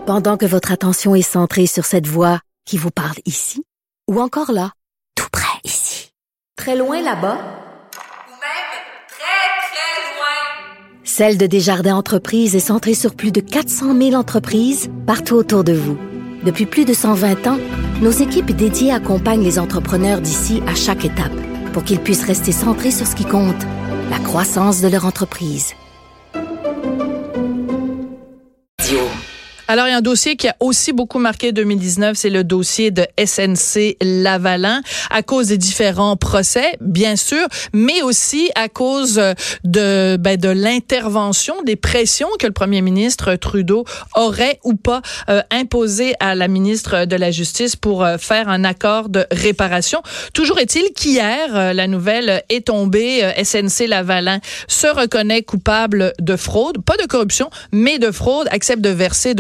Pendant que votre attention est centrée sur cette voix qui vous parle ici, ou encore là, tout près ici, très loin là-bas, ou même très, très loin. Celle de Desjardins Entreprises est centrée sur plus de 400 000 entreprises partout autour de vous. Depuis plus de 120 ans, nos équipes dédiées accompagnent les entrepreneurs d'ici à chaque étape pour qu'ils puissent rester centrés sur ce qui compte, la croissance de leur entreprise. Alors, il y a un dossier qui a aussi beaucoup marqué 2019, c'est le dossier de SNC-Lavalin, à cause des différents procès, bien sûr, mais aussi à cause de l'intervention, des pressions que le premier ministre Trudeau aurait ou pas imposé à la ministre de la Justice pour faire un accord de réparation. Toujours est-il qu'hier, la nouvelle est tombée. SNC-Lavalin se reconnaît coupable de fraude, pas de corruption, mais de fraude, accepte de verser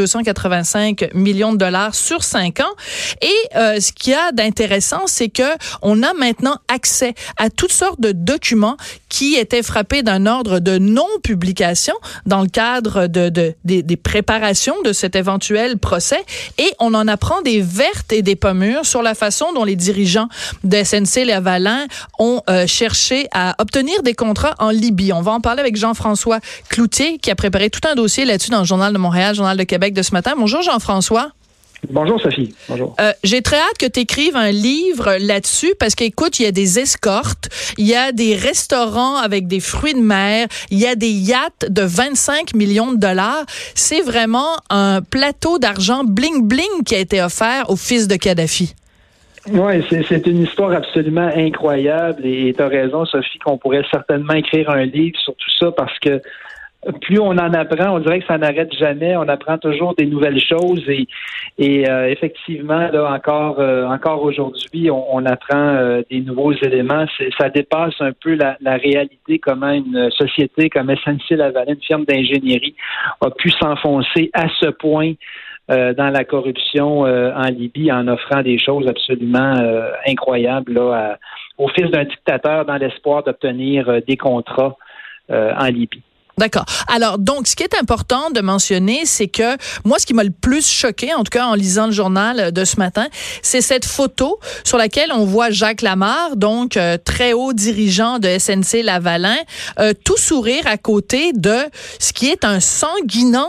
285 millions de dollars sur 5 ans. Et ce qu'il y a d'intéressant, c'est que on a maintenant accès à toutes sortes de documents qui étaient frappés d'un ordre de non-publication dans le cadre des préparations de cet éventuel procès. Et on en apprend des vertes et des pas mûres sur la façon dont les dirigeants de SNC-Lavalin ont cherché à obtenir des contrats en Libye. On va en parler avec Jean-François Cloutier, qui a préparé tout un dossier là-dessus dans le Journal de Montréal, Journal de Québec de ce matin. Bonjour Jean-François. Bonjour Sophie. Bonjour. J'ai très hâte que tu écrives un livre là-dessus parce qu'écoute, il y a des escortes, il y a des restaurants avec des fruits de mer, il y a des yachts de 25 millions de dollars. C'est vraiment un plateau d'argent bling-bling qui a été offert au fils de Kadhafi. Oui, c'est une histoire absolument incroyable et tu as raison Sophie qu'on pourrait certainement écrire un livre sur tout ça parce que plus on en apprend, on dirait que ça n'arrête jamais. On apprend toujours des nouvelles choses et effectivement, là encore aujourd'hui, on apprend des nouveaux éléments. Ça dépasse un peu la réalité, comment une société comme SNC-Lavalin, une firme d'ingénierie, a pu s'enfoncer à ce point dans la corruption en Libye en offrant des choses absolument incroyables là, au fils d'un dictateur dans l'espoir d'obtenir des contrats en Libye. D'accord. Alors, donc, ce qui est important de mentionner, c'est que moi, ce qui m'a le plus choqué, en tout cas en lisant le journal de ce matin, c'est cette photo sur laquelle on voit Jacques Lamarre, donc très haut dirigeant de SNC-Lavalin, tout sourire à côté de ce qui est un sanguinaire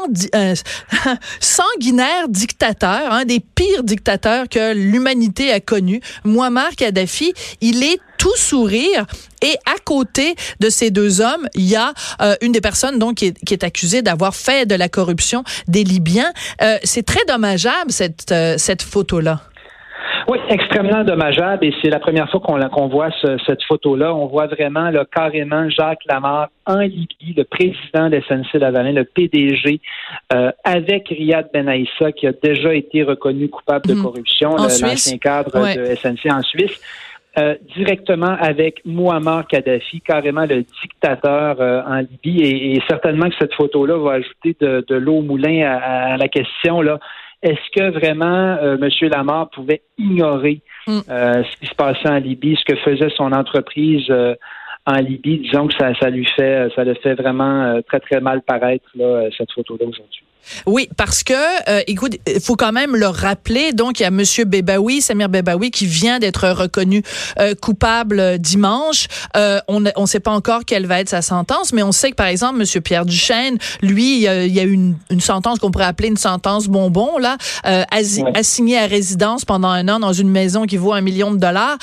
dictateur, un des pires dictateurs que l'humanité a connu, Mouammar Kadhafi. Il est tout sourire. Et à côté de ces deux hommes, il y a une des personnes donc qui est accusée d'avoir fait de la corruption des Libyens. C'est très dommageable cette photo-là. Oui, extrêmement dommageable. Et c'est la première fois qu'on voit cette photo-là. On voit vraiment là, carrément Jacques Lamarre en Libye, le président de SNC-Lavalin, le PDG, avec Riyad Ben Aissa, qui a déjà été reconnu coupable de corruption, l'ancien cadre de SNC en Suisse. Directement avec Mouammar Kadhafi, carrément le dictateur en Libye. Et certainement que cette photo-là va ajouter de l'eau au moulin à la question, là. Est-ce que vraiment M. Lamarre pouvait ignorer ce qui se passait en Libye, ce que faisait son entreprise en Libye? Disons que ça le fait vraiment très, très mal paraître, là, cette photo-là aujourd'hui. Oui, parce que, écoute, il faut quand même le rappeler. Donc, il y a Monsieur Bebaoui, Samir Bebaoui, qui vient d'être reconnu coupable dimanche. On ne sait pas encore quelle va être sa sentence, mais on sait que, par exemple, Monsieur Pierre Duchesne, lui, il y a eu une sentence qu'on pourrait appeler une sentence bonbon, là, assigné à résidence pendant 1 an dans une maison qui vaut $1 million.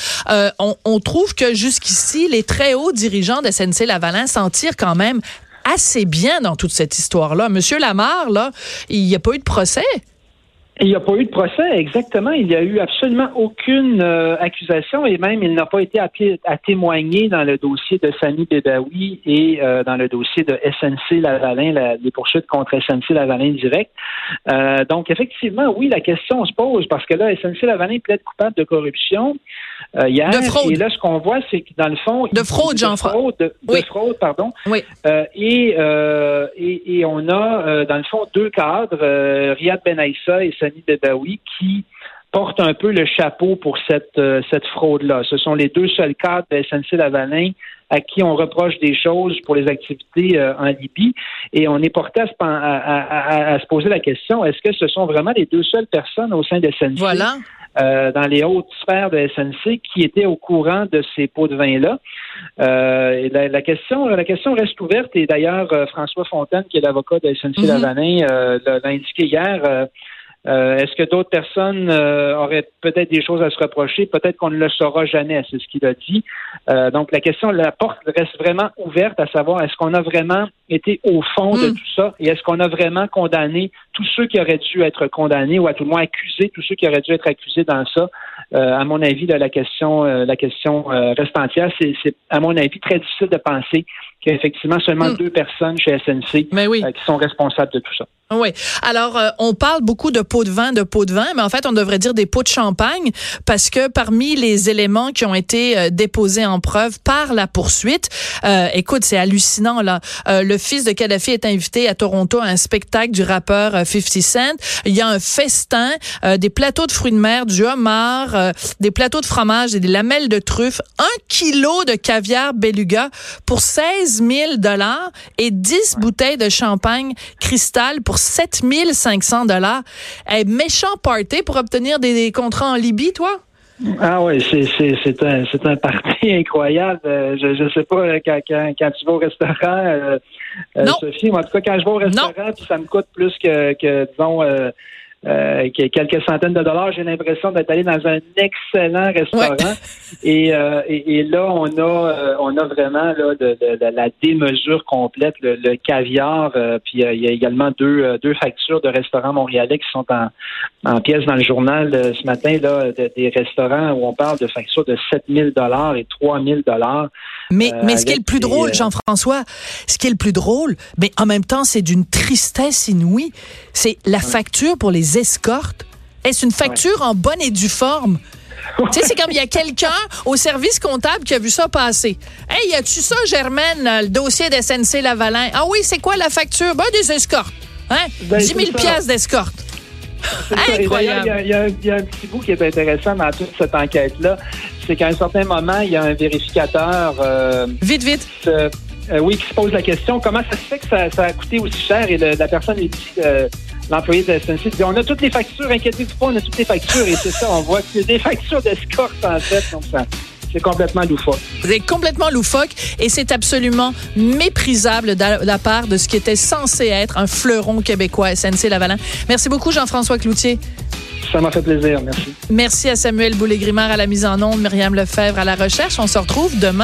On trouve que jusqu'ici, les très hauts dirigeants de SNC-Lavalin s'en tirent quand même assez bien dans toute cette histoire-là. Monsieur Lamarre, là, il n'y a pas eu de procès. Il n'y a pas eu de procès, exactement. Il n'y a eu absolument aucune accusation et même il n'a pas été appelé à témoigner dans le dossier de Sami Bebaoui et dans le dossier de SNC-Lavalin, les poursuites contre SNC-Lavalin direct. Donc, effectivement, oui, la question se pose parce que là, SNC-Lavalin plaide coupable de corruption hier. De fraude. Et là, ce qu'on voit, c'est que dans le fond... De fraude, Jean-François. De fraude, pardon. Oui. Et on a, dans le fond, 2 cadres, Riyad Ben Aissa et Sami Bebaoui, qui portent un peu le chapeau pour cette fraude-là. Ce sont les deux seuls cadres de SNC-Lavalin à qui on reproche des choses pour les activités en Libye. Et on est porté à se poser la question, est-ce que ce sont vraiment les deux seules personnes au sein de SNC, voilà. Dans les hautes sphères de SNC, qui étaient au courant de ces pots de vin-là? Et la question reste ouverte. Et d'ailleurs, François Fontaine, qui est l'avocat de SNC-Lavalin, l'a indiqué hier. Est-ce que d'autres personnes auraient peut-être des choses à se reprocher? Peut-être qu'on ne le saura jamais, c'est ce qu'il a dit. Donc, la porte reste vraiment ouverte à savoir est-ce qu'on a vraiment été au fond de tout ça et est-ce qu'on a vraiment condamné tous ceux qui auraient dû être condamnés ou à tout le moins accusé tous ceux qui auraient dû être accusés dans ça. À mon avis, là, la question reste entière. C'est, à mon avis, très difficile de penser qu'il y a effectivement seulement 2 personnes chez SNC qui sont responsables de tout ça. Oui. Alors, on parle beaucoup de pots de vin, mais en fait, on devrait dire des pots de champagne parce que parmi les éléments qui ont été déposés en preuve par la poursuite, écoute, c'est hallucinant, là. Le fils de Kadhafi est invité à Toronto à un spectacle du rappeur 50 Cent. Il y a un festin, des plateaux de fruits de mer, du homard, des plateaux de fromage et des lamelles de truffes, 1 kilo de caviar beluga pour 16 000 $ et 10 bouteilles de champagne cristal pour 7 500 $. Méchant party pour obtenir des contrats en Libye, toi? Ah oui, c'est un party incroyable. Je sais pas quand tu vas au restaurant, Sophie, moi en tout cas quand je vais au restaurant, puis ça me coûte plus que disons quelques centaines de dollars, j'ai l'impression d'être allé dans un excellent restaurant. Et là on a vraiment là de la démesure complète, le caviar, puis il y a également deux factures de restaurants montréalais qui sont en pièces dans le journal ce matin là, des restaurants où on parle de factures de 7 000 $ et 3 000 $. Mais ce qui est le plus drôle, Jean-François, mais en même temps, c'est d'une tristesse inouïe. C'est la facture pour les escortes. Est-ce une facture en bonne et due forme? Tu sais, c'est comme il y a quelqu'un au service comptable qui a vu ça passer. Hey, y a-tu ça, Germaine, le dossier d'SNC-Lavalin? Ah oui, c'est quoi la facture? Ben, des escortes. Hein? 10 000 $ d'escorte. Incroyable. Il y a un petit bout qui est intéressant dans toute cette enquête-là. C'est qu'à un certain moment, il y a un vérificateur... Vite. qui se pose la question, comment ça se fait que ça a coûté aussi cher? Et la personne lui dit, l'employé de la SNC dit, on a toutes les factures, inquiétez-vous pas, on a toutes les factures. Et c'est ça, on voit que c'est des factures d'escorte, en fait. Donc, c'est complètement loufoque. C'est complètement loufoque et c'est absolument méprisable de la part de ce qui était censé être un fleuron québécois, SNC-Lavalin. Merci beaucoup, Jean-François Cloutier. Ça m'a fait plaisir, merci. Merci à Samuel Boulay-Grimard à la mise en onde, Myriam Lefebvre à la recherche. On se retrouve demain.